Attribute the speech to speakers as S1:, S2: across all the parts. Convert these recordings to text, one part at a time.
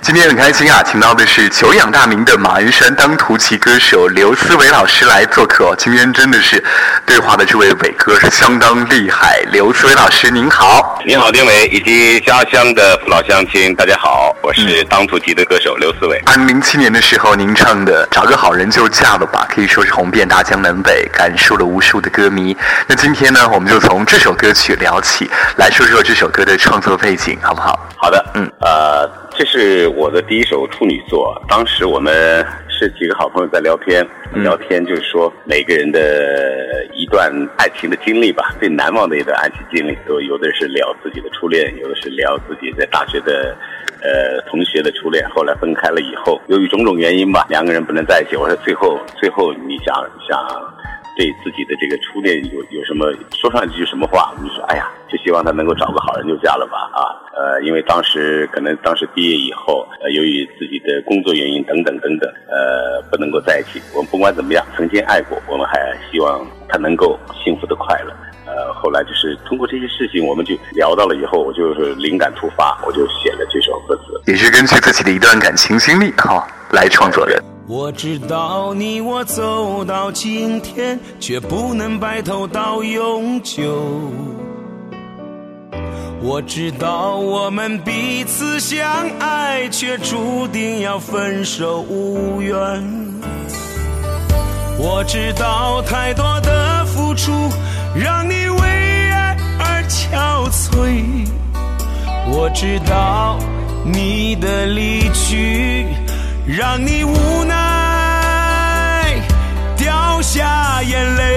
S1: 今天很开心啊，请到的是久仰大名的马鞍山当涂旗歌手刘思维老师来做客。今天真的是对话的这位伟哥是相当厉害。刘思维老师您好。
S2: 您好，丁伟以及家乡的父老乡亲，大家好，我是当涂旗的歌手刘思维。
S1: 2007年的时候，您唱的《找个好人就嫁了吧》可以说是红遍大江南北，感受了无数的歌迷。那今天呢，我们就从这首歌曲聊起，来说说这首歌的创作背景，好不好？
S2: 好的，这是我的第一首处女作。当时我们是几个好朋友在聊天，就是说每个人的一段爱情的经历吧，最难忘的一段爱情经历，都有的是聊自己的初恋，有的是聊自己在大学的同学的初恋，后来分开了以后，由于种种原因吧，两个人不能在一起。我说最后你想对自己的这个初恋有什么说上几句什么话？我们就说，哎呀，就希望他能够找个好人就嫁了吧啊！因为当时毕业以后，由于自己的工作原因等等，不能够在一起。我们不管怎么样，曾经爱过，我们还希望他能够幸福的快乐。后来就是通过这些事情，我们就聊到了以后，我就是灵感突发，我就写了这首歌词，
S1: 也是根据自己的一段感情经历来创作的。
S3: 我知道你我走到今天，却不能白头到永久。我知道我们彼此相爱，却注定要分手无缘。我知道太多的付出，让你为爱而憔悴。我知道你的离去，让你无奈掉下眼泪。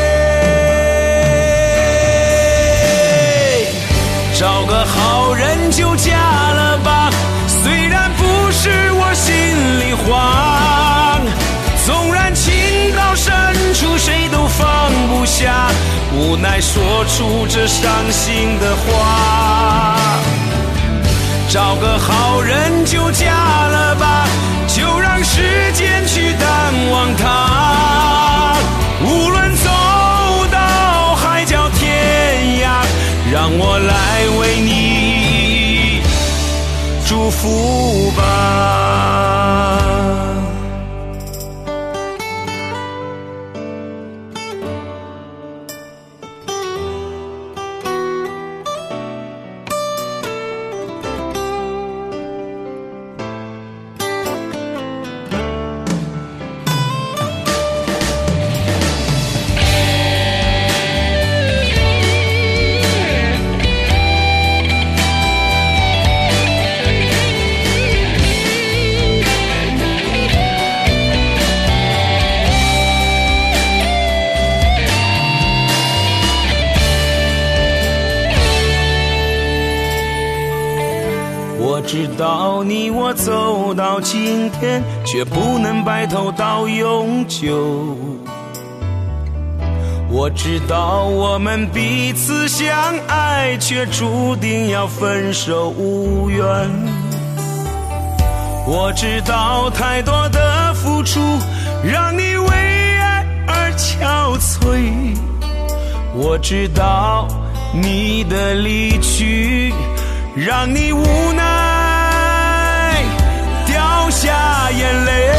S3: 找个好人就嫁了吧，虽然不是我心里话，纵然情到深处谁都放不下，无奈说出这伤心的话。找个好人就嫁了吧，就让时间去淡忘他。无论走到海角天涯，让我来为你祝福吧。我知道你我走到今天，却不能白头到永久。我知道我们彼此相爱，却注定要分手无缘。我知道太多的付出，让你为爱而憔悴。我知道你的离去，让你无奈掉下眼泪。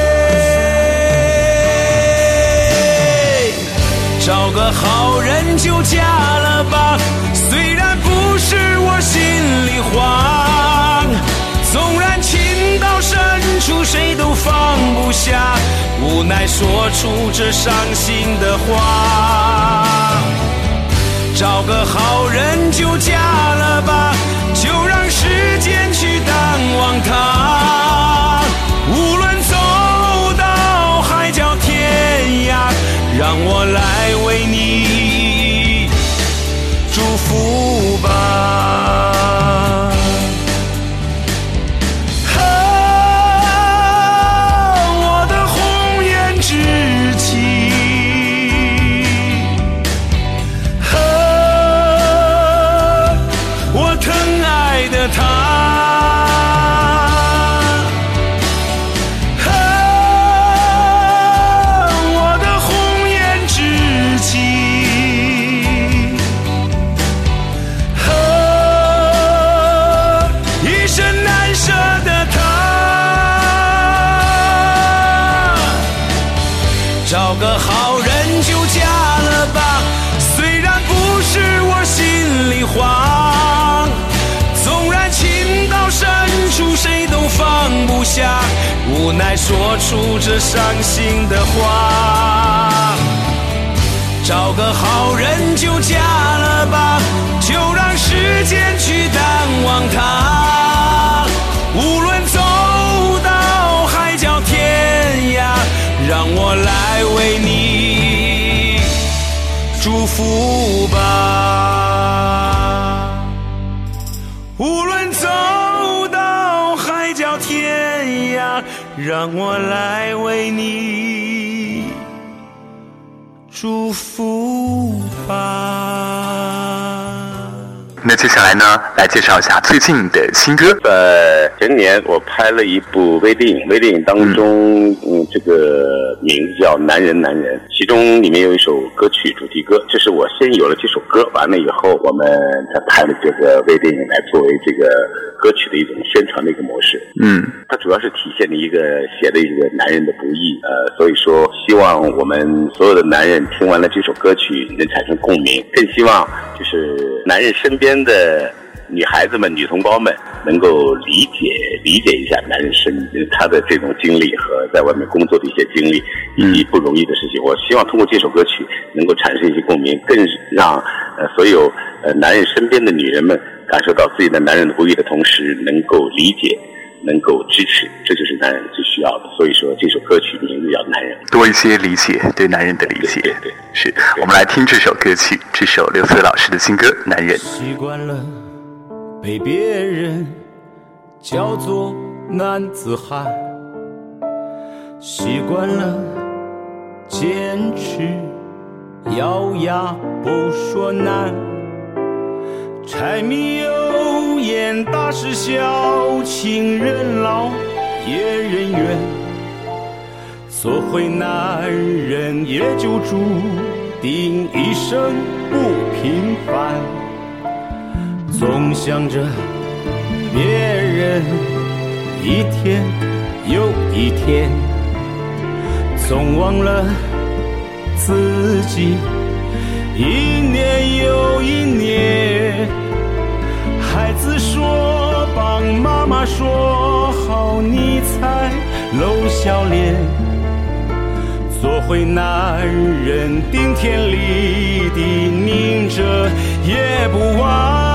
S3: 找个好人就嫁了吧，虽然不是我心里话，纵然情到深处谁都放不下，无奈说出这伤心的话。找个好人就嫁了吧，就让时间去淡忘他。无论走到海角天涯，让我来为你祝福吧。我的红颜知己，我疼无奈说出这伤心的话。找个好人就嫁了吧，就让时间去淡忘它。无论走到海角天涯，让我来为你祝福吧。无论走到海角天涯，让我来为你祝福吧。
S1: 那接下来呢，来介绍一下最近的新歌。
S2: 前年我拍了一部微电影，微电影当中，这个名字叫《男人男人》，其中里面有一首歌曲主题歌，这是我先有了这首歌，完了以后我们才拍了这个微电影来作为这个歌曲的一种宣传的一个模式。它主要是体现了一个写的一个男人的不易，所以说希望我们所有的男人听完了这首歌曲能产生共鸣，更希望就是男人身边的女孩子们、女同胞们能够理解一下男人他的这种经历和在外面工作的一些经历以及不容易的事情。我希望通过这首歌曲能够产生一些共鸣，更让所有男人身边的女人们感受到自己的男人的不易的同时，能够理解，能够支持，这就是男人最需要的。所以说这首歌曲名字叫《男人》，
S1: 多一些理解，对男人的理解。
S2: 对，
S1: 是我们来听这首歌曲，这首刘思老师的新歌《男人》。
S3: 习惯了被别人叫做男子汉，习惯了坚持咬牙不说难，柴米油盐大事小，情人老也人怨，做回男人也就注定一生不平凡，总想着别人一天又一天，总忘了自己一年又一年。孩子说帮妈妈说好，你才露笑脸，做回男人顶天立地，拧着也不晚。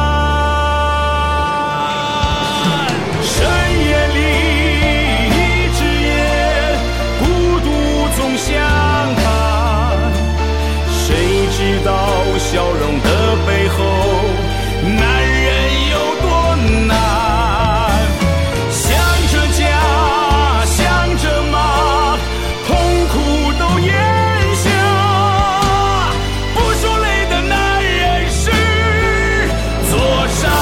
S3: 深夜里一只眼，孤独总相伴，谁知道笑容的背后，男人有多难。想着家，想着妈，痛苦都咽下，不说累的男人是座山。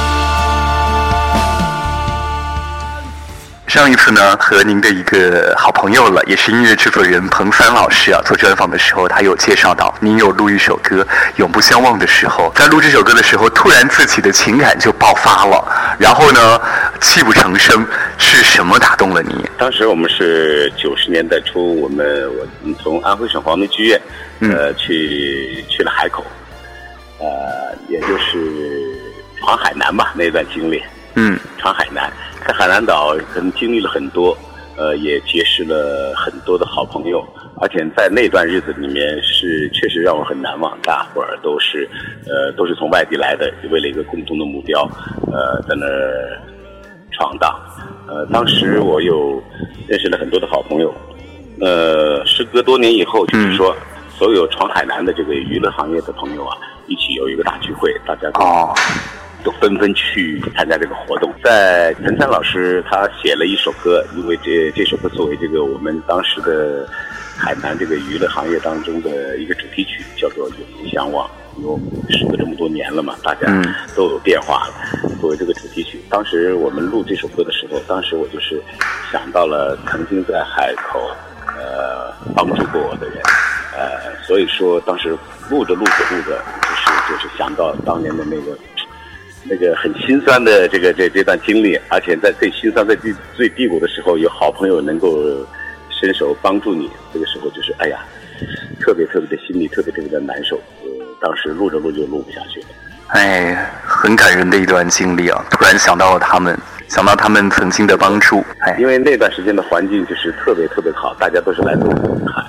S1: 上一次呢，和您的一个好朋友了，也是音乐制作人彭帆老师做专访的时候，他有介绍到您有录一首歌《永不相忘》的时候，在录这首歌的时候，突然自己的情感就爆发了，然后呢，泣不成声，是什么打动了你？
S2: 当时我们是90年代初，我从安徽省黄梅剧院，去了海口，也就是闯海南吧，那段经历，闯海南，在海南岛可能经历了很多，也结识了很多的好朋友，而且在那段日子里面确实让我很难忘。大伙儿都是从外地来的，为了一个共同的目标，在那儿闯荡。当时我又认识了很多的好朋友，时隔多年以后，就是说所有闯海南的这个娱乐行业的朋友一起有一个大聚会，大家都纷纷去参加这个活动。在陈山老师他写了一首歌，因为这首歌作为这个我们当时的海南这个娱乐行业当中的一个主题曲，叫做《永不相忘》。因为时隔这么多年了嘛，大家都有变化了。作为这个主题曲，当时我们录这首歌的时候，当时我就是想到了曾经在海口帮助过我的人，所以说当时录着，就是想到当年的那个很心酸的这段经历，而且在最心酸、最低谷的时候，有好朋友能够伸手帮助你，这个时候就是特别的心里特别的难受。当时录着就录不下去了。
S1: 很感人的一段经历啊！突然想到了他们。 想到他们曾经的帮助，
S2: 因为那段时间的环境就是特别特别好，大家都是来自武汉，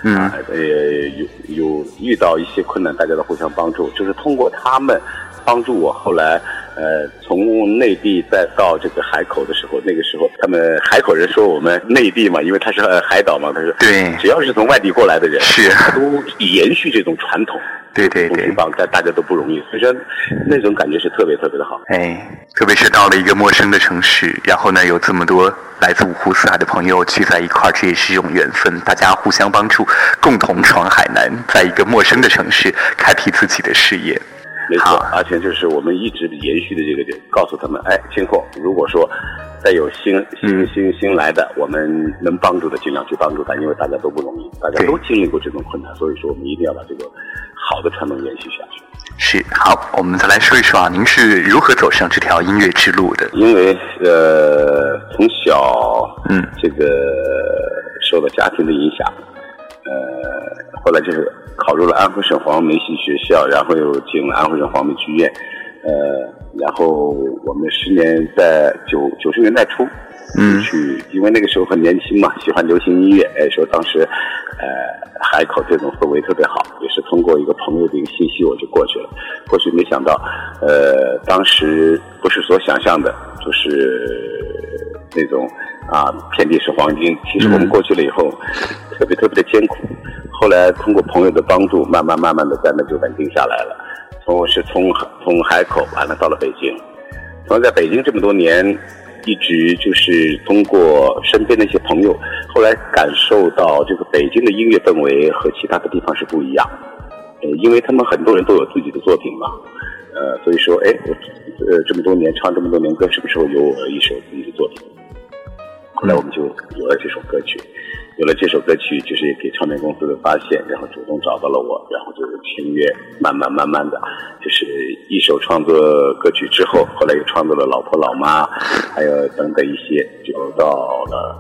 S2: 有遇到一些困难，大家都互相帮助，就是通过他们帮助我，后来从内地再到这个海口的时候，那个时候他们海口人说我们内地嘛，因为他是海岛嘛，他说
S1: 对，
S2: 只要是从外地过来的人，
S1: 是
S2: 他都延续这种传统。
S1: 对对对，
S2: 大家都不容易，所以说那种感觉是特别特别的好。
S1: 特别是到了一个陌生的城市，然后呢有这么多来自五湖四海的朋友聚在一块儿，这也是一种缘分，大家互相帮助，共同闯海南，在一个陌生的城市开辟自己的事业。
S2: 没错，而且就是我们一直延续的这个点，告诉他们，今后如果说再有新来的，我们能帮助的尽量去帮助他，因为大家都不容易，大家都经历过这种困难，所以说我们一定要把这个好的传统延续下去。
S1: 是，好，我们再来说一说您是如何走上这条音乐之路的？
S2: 因为从小这个受到家庭的影响，后来就是考入了安徽省黄梅戏学校，然后又进了安徽省黄梅剧院，然后我们10年在90年代初去，因为那个时候很年轻嘛，喜欢流行音乐，说当时海口这种氛围特别好，也是通过一个朋友的一个信息我就过去了，没想到当时不是所想象的，就是那种遍地是黄金，其实我们过去了以后特别特别的艰苦，后来通过朋友的帮助，慢慢的在那就稳定下来了。我是从海口完了到了北京，然后在北京这么多年，一直就是通过身边的一些朋友，后来感受到这个北京的音乐氛围和其他的地方是不一样，因为他们很多人都有自己的作品嘛，所以说我这么多年唱这么多年歌，什么时候有我一首自己的作品？后来我们就有了这首歌曲，就是也给唱片公司的发现，然后主动找到了我，然后就是签约，慢慢的，就是一手创作歌曲之后，后来又创作了《老婆老妈》，还有等等一些，就到了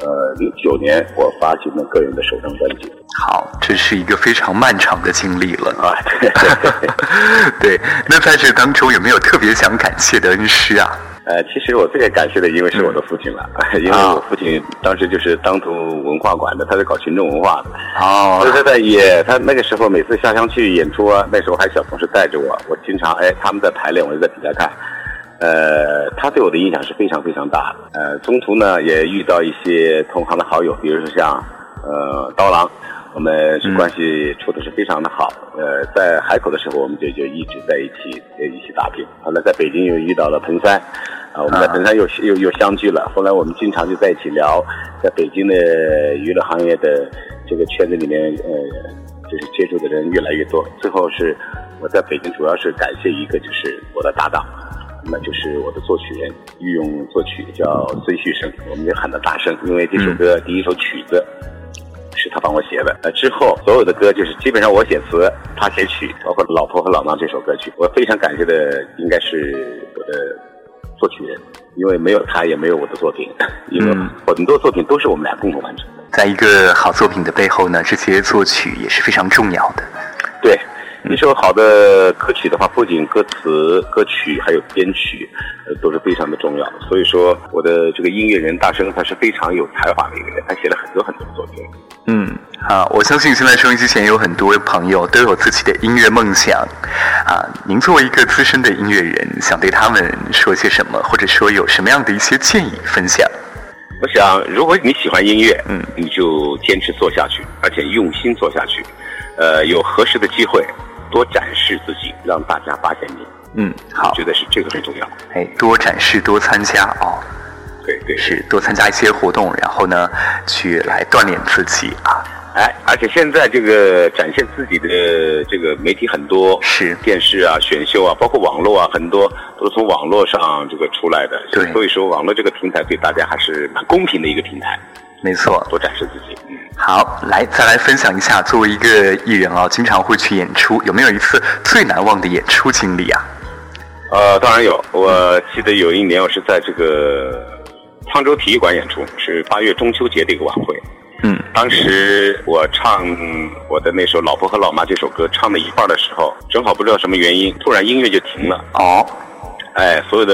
S2: 09年我发行了个人的首张专辑。
S1: 好，这是一个非常漫长的经历了对，那在这当中有没有特别想感谢的恩师啊？
S2: 其实我最感谢的因为是我的父亲了，因为我父亲当时就是当涂文化馆的，他是搞群众文化的，所以他那个时候每次下乡去演出那时候还小同事带着我经常他们在排练，我就在底下看，他对我的影响是非常非常大的。中途呢也遇到一些同行的好友，比如说像刀郎，我们是关系处的是非常的好，在海口的时候我们就一直在一起打拼，后来在北京又遇到了彭三，我们在彭三又相聚了，后来我们经常就在一起聊，在北京的娱乐行业的这个圈子里面，就是接触的人越来越多，最后是我在北京主要是感谢一个就是我的搭档，那就是我的作曲人，御用作曲叫孙旭生，我们就喊他大生，因为这首歌第一首曲子是他帮我写的，之后所有的歌就是基本上我写词，他写曲，包括《老婆和老妈》这首歌曲，我非常感谢的应该是我的作曲人，因为没有他也没有我的作品，因为很多作品都是我们俩共同完成的。
S1: 在一个好作品的背后呢，这些作曲也是非常重要的。
S2: 对，一首好的歌曲的话，不仅歌词、歌曲还有编曲，都是非常的重要。所以说，我的这个音乐人大生他是非常有才华的一个人，他写了很多很多的作品。
S1: 我相信现在收音机前有很多朋友都有自己的音乐梦想您作为一个资深的音乐人，想对他们说些什么，或者说有什么样的一些建议分享？
S2: 我想，如果你喜欢音乐，你就坚持做下去，而且用心做下去。有合适的机会，多展示自己，让大家发现你。好，我觉得是这个很重要。
S1: 多展示，多参加
S2: 对，
S1: 是多参加一些活动，然后呢，去来锻炼自己
S2: 而且现在这个展现自己的这个媒体很多，
S1: 是
S2: 电视啊、选秀啊，包括网络啊，很多都是从网络上这个出来的。
S1: 对，
S2: 所以说网络这个平台对大家还是蛮公平的一个平台。
S1: 没错，
S2: 多展示自己。
S1: 好，再来分享一下，作为一个艺人经常会去演出，有没有一次最难忘的演出经历啊？
S2: 当然有，我记得有一年我是在这个沧州体育馆演出，是8月中秋节的一个晚会。当时我唱我的那首《老婆和老妈》这首歌，唱到一半的时候，正好不知道什么原因，突然音乐就停了。所有的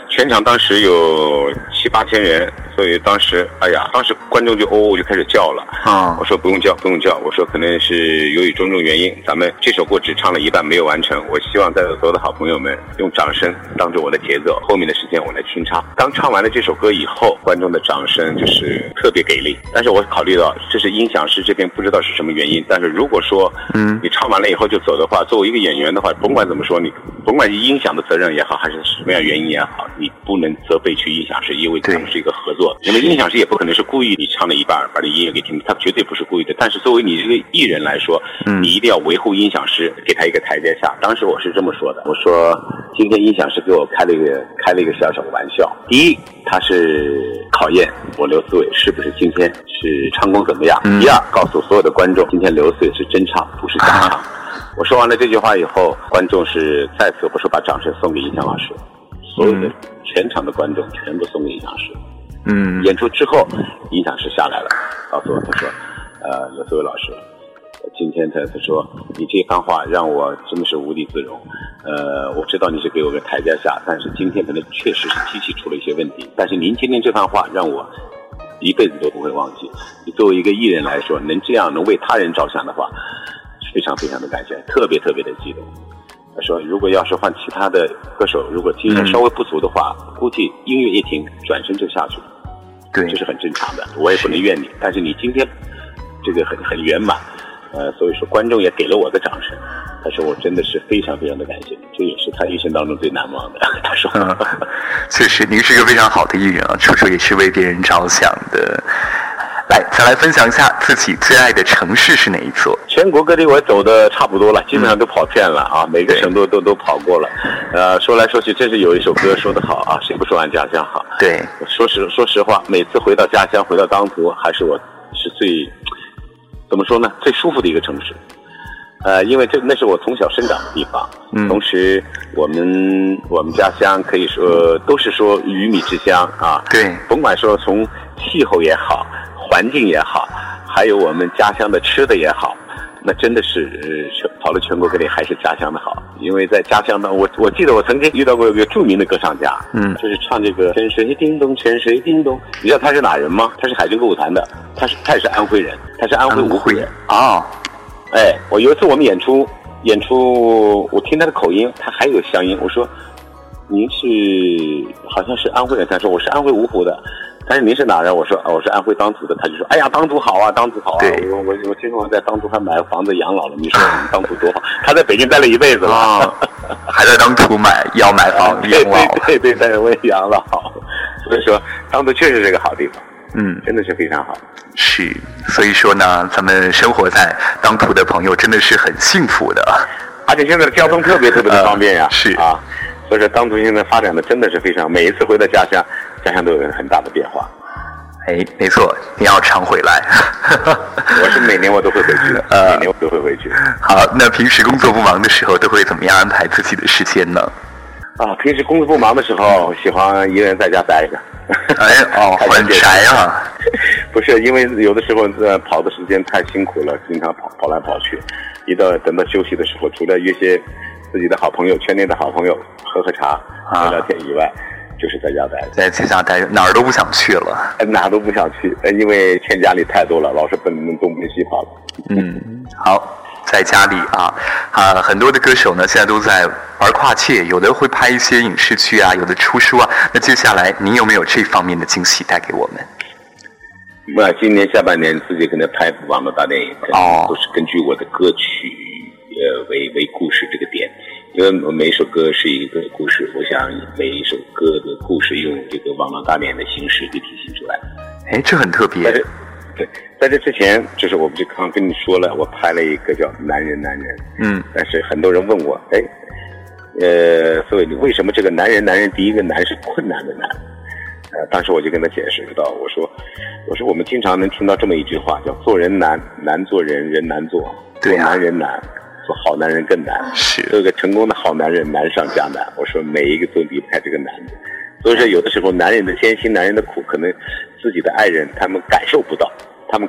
S2: 全场当时有7、8千人，所以当时观众就就开始叫了。我说不用叫，我说可能是由于种种原因，咱们这首歌只唱了一半没有完成。我希望在座所有的好朋友们用掌声当做我的节奏，后面的时间我来清唱。刚唱完了这首歌以后，观众的掌声就是特别给力。但是我考虑到这是音响师这边不知道是什么原因，但是如果说你唱完了以后就走的话，作为一个演员的话，甭管怎么说，你甭管音响的责任也好，还是什么样原因也好，你不能责备去音响师，因为他们是一个合作。因为音响师也不可能是故意你唱了一半把你音乐给停，他绝对不是故意的。但是作为你这个艺人来说，你一定要维护音响师，给他一个台阶下。当时我是这么说的，我说今天音响师给我开了一个小小的玩笑。第一，他是考验我刘思伟是不是今天是唱功怎么样。第二，告诉所有的观众，今天刘思伟是真唱，不是假唱。我说完了这句话以后，观众是再次不是把掌声送给音响老师，所有的全场的观众全部送给音响师。演出之后，音响师下来了，告诉我，他说，刘思伟老师，今天他说你这番话让我真的是无地自容。我知道你是给我个台阶下，但是今天可能确实是机器出了一些问题，但是您今天这番话让我一辈子都不会忘记。你作为一个艺人来说，能这样能为他人着想的话，非常非常的感谢，特别特别的激动。他说如果要是换其他的歌手，如果经验稍微不足的话，估计音乐一停转身就下去了。对，这是很正常的，我也不能怨你。但是你今天这个很圆满，所以说观众也给了我的掌声。他说我真的是非常非常的感谢，这也是他一生当中最难忘的。他说，
S1: 确实您是一个非常好的艺人啊，处处也是为别人着想的。来，再来分享一下自己最爱的城市是哪一座？
S2: 全国各地我走的差不多了，基本上都跑遍了啊，每个省都跑过了。说来说去，真是有一首歌说得好啊，谁不说俺家乡好？对，说实话，每次回到家乡，回到当涂，还是我是最怎么说呢？最舒服的一个城市。因为那是我从小生长的地方，同时我们家乡可以说都是说鱼米之乡啊。对，甭管说从气候也好，环境也好，还有我们家乡的吃的也好，那真的是跑了全国各地还是家乡的好。因为在家乡呢，我记得我曾经遇到过一个著名的歌唱家，就是唱这个泉水叮咚泉水叮咚。你知道他是哪人吗？他是海军歌舞团的，他也是安徽人，他是安徽芜湖人啊。我有一次我们演出，我听他的口音，他还有乡音。我说您是好像是安徽人，他说我是安徽芜湖的。但是您是哪人？我说我是安徽当涂的。他就说哎呀，当涂好啊，当涂好啊。我听说我在当涂还买房子养老了。你说我们当涂多好？他在北京待了一辈子了，
S1: 还在当涂要买房养老。
S2: 对，在为养老。所以说当涂确实是个好地方。真的是非常好。
S1: 是，所以说呢，咱们生活在当涂的朋友真的是很幸福的，
S2: 而且现在的交通特别特别的方便呀。是啊，所以说当涂现在发展的真的是非常，每一次回到家乡都有很大的变化。
S1: 没错，你要常回来。
S2: 我是每年我都会回去的，每年我都会回去。
S1: 好，那平时工作不忙的时候都会怎么样安排自己的时间呢？
S2: 平时工作不忙的时候，喜欢一个人在家待着。
S1: 很宅啊！
S2: 不是，因为有的时候跑的时间太辛苦了，经常跑来跑去。等到休息的时候，除了约些自己的好朋友、圈内的好朋友喝茶、聊聊天以外，就是在家待着。在
S1: 家待着，哪儿都不想去了。
S2: 哪儿都不想去，因为欠家里太多了，老是奔东奔西跑了。
S1: 好。在家里很多的歌手呢，现在都在玩跨界，有的会拍一些影视剧啊，有的出书啊。那接下来您有没有这方面的惊喜带给我们？
S2: 今年下半年自己可能拍部网络大电影，都是根据我的歌曲为故事这个点，因为每一首歌是一个故事，我想每一首歌的故事用这个网络大电影的形式给体现出来。
S1: 这很特别。
S2: 对，在这之前，就是我们就刚跟你说了，我拍了一个叫《男人》，但是很多人问我，所以你为什么这个男人第一个男是困难的难？当时我就跟他解释到，我说我们经常能听到这么一句话，叫做人难，难做人，人难做，做男人难，做好男人更难，做一个成功的好男人难上加难。我说每一个都离不开这个难的。所以说有的时候男人的艰辛，男人的苦，可能自己的爱人他们感受不到，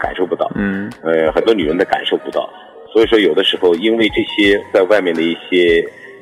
S2: 很多女人的感受不到。所以说有的时候因为这些在外面的一些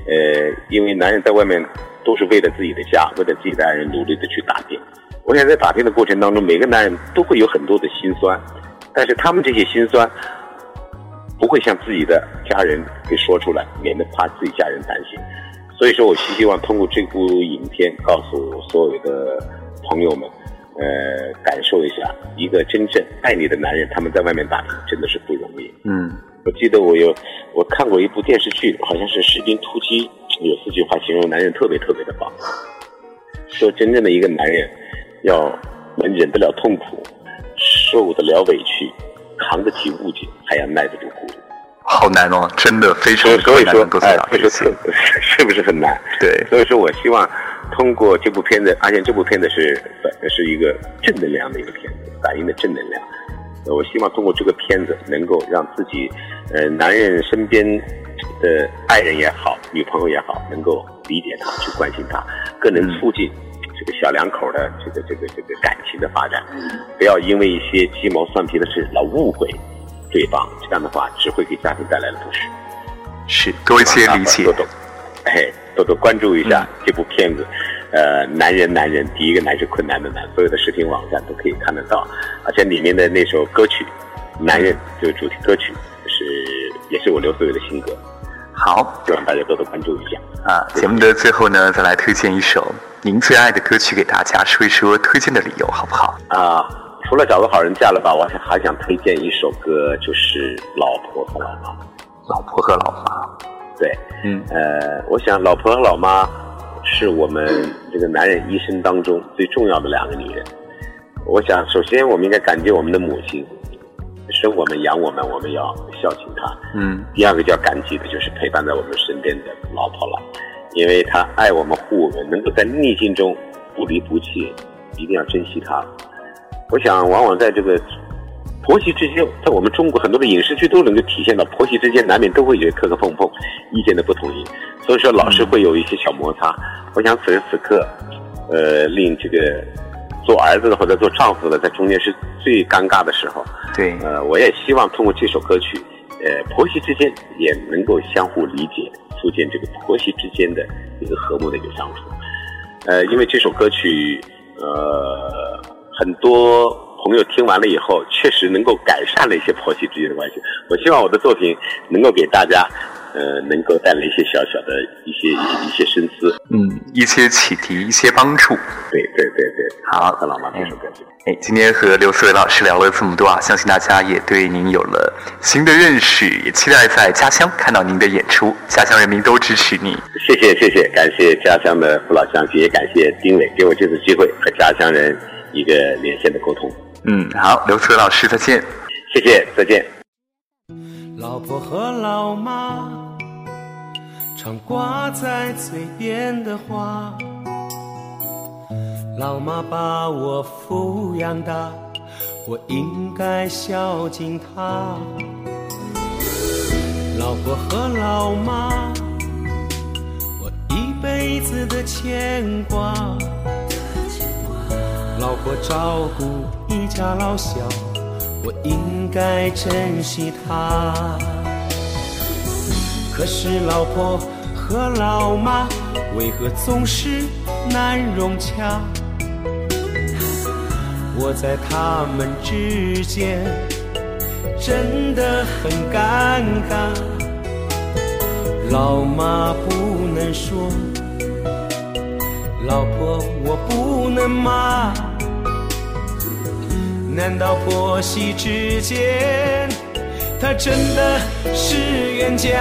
S2: 因为男人在外面都是为了自己的家，为了自己的爱人努力的去打拼。我想在打拼的过程当中，每个男人都会有很多的辛酸，但是他们这些辛酸不会向自己的家人给说出来，免得怕自己家人担心。所以说我希望通过这部影片告诉所有的朋友们，感受一下一个真正爱你的男人，他们在外面打拼真的是不容易。我记得我看过一部电视剧，好像是《士兵突击》，有4句话形容男人特别特别的棒，说真正的一个男人要能忍得了痛苦，受得了委屈，扛得起误解，还要耐得住孤独。
S1: 好难哦，真的非常
S2: 所以说，是不是很难？
S1: 对，
S2: 所以说我希望通过这部片子，而且这部片子是一个正能量的一个片子，反映的正能量。我希望通过这个片子能够让自己，男人身边的爱人也好，女朋友也好，能够理解他，去关心他，更能促进这个小两口的这个感情的发展。不要因为一些鸡毛蒜皮的事老误会对方，这样的话只会给家庭带来了不适。
S1: 是多一些理解，
S2: 多多关注一下这部片子。男人，第一个男是困难的难，所有的视频网站都可以看得到，而且里面的那首歌曲《男人》这个主题歌曲也是我刘思伟的新歌。
S1: 好，
S2: 希望大家多多关注一下。
S1: 节目的最后呢，再来推荐一首您最爱的歌曲给大家，说一说推荐的理由好不好？
S2: 除了找个好人嫁了吧，我还想推荐一首歌，就是《老婆和老妈》。
S1: 老婆和老妈，
S2: 对，我想老婆和老妈是我们这个男人一生当中最重要的2个女人。我想首先我们应该感激我们的母亲，生我们养我们，我们要孝敬她。第二个叫感激的就是陪伴在我们身边的老婆了，因为她爱我们护我们，能够在逆境中不离不弃，一定要珍惜她。我想往往在这个婆媳之间，在我们中国很多的影视剧都能够体现到婆媳之间难免都会有磕磕碰碰，意见的不统一，所以说老是会有一些小摩擦。我想此时此刻令这个做儿子的或者做丈夫的在中间是最尴尬的时候。
S1: 对，
S2: 我也希望通过这首歌曲，婆媳之间也能够相互理解，促进这个婆媳之间的一个和睦的一个相处。因为这首歌曲很多朋友听完了以后确实能够改善了一些婆媳之间的关系。我希望我的作品能够给大家能够带来一些小小的一些深思，
S1: 一些启迪，一些帮助。
S2: 对。
S1: 好，
S2: 和老妈这首歌曲。
S1: 今天和刘思伟老师聊了这么多相信大家也对您有了新的认识，也期待在家乡看到您的演出，家乡人民都支持你。谢
S2: 谢，感谢家乡的父老乡亲，也感谢丁伟给我这次机会和家乡人一个连线的沟通。
S1: 好，刘思伟老师再见。
S2: 谢谢，再见。
S3: 老婆和老妈常挂在嘴边的话，老妈把我抚养大，我应该孝敬她。老婆和老妈，我一辈子的牵挂。老婆照顾一家老小，我应该珍惜她。可是老婆和老妈为何总是难融洽？我在他们之间真的很尴尬。老妈不能说，老婆我不能骂，难道婆媳之间她真的是冤家？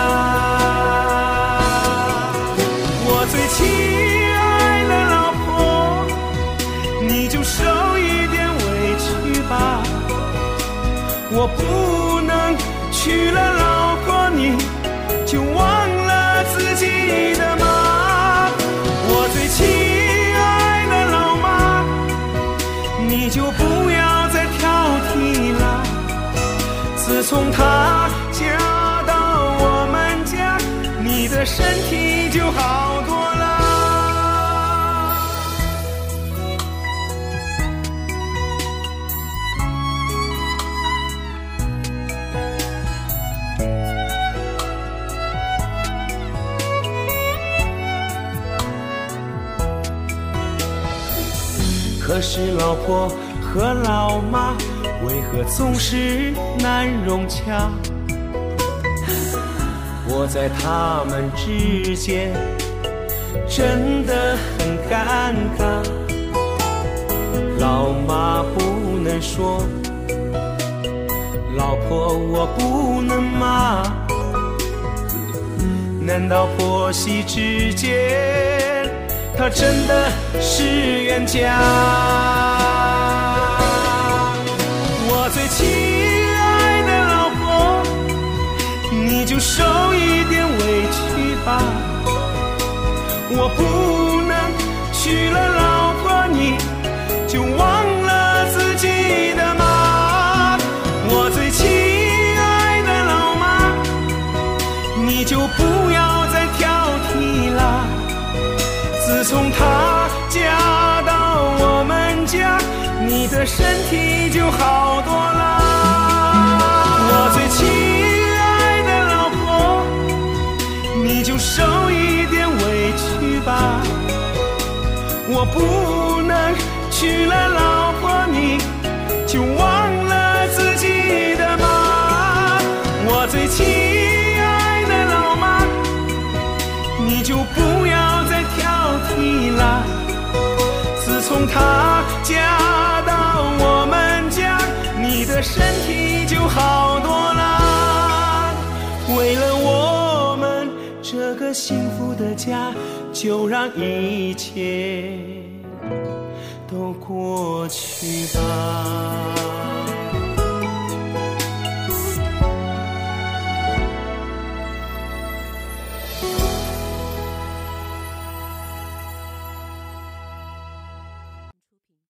S3: 我最亲爱的老婆，你就受一点委屈吧。我不能娶了老婆你就忘了自己的妈。我最亲爱的老妈，你就不要再挑剔了。自从她嫁到我们家，你的身体就好多了。 可是老婆和老妈为何总是难融洽？我在他们之间真的很尴尬。老妈不能说，老婆我不能骂，难道婆媳之间她真的是冤家？我最亲爱的老婆，你就受一点委屈吧，我不能娶了老婆你就忘了自己的妈。我最亲爱的老妈，你就不要再挑剔了，自从她嫁到我们家，你的身体就好多了。我最亲爱的老婆，你就受一点委屈吧，我不能娶了老婆你就忘了自己的妈。我最亲爱的老妈，你就不要再挑剔了，自从她嫁到我们家，你的身体就好多了。为了我们这个幸福的家，就让一切都过去吧。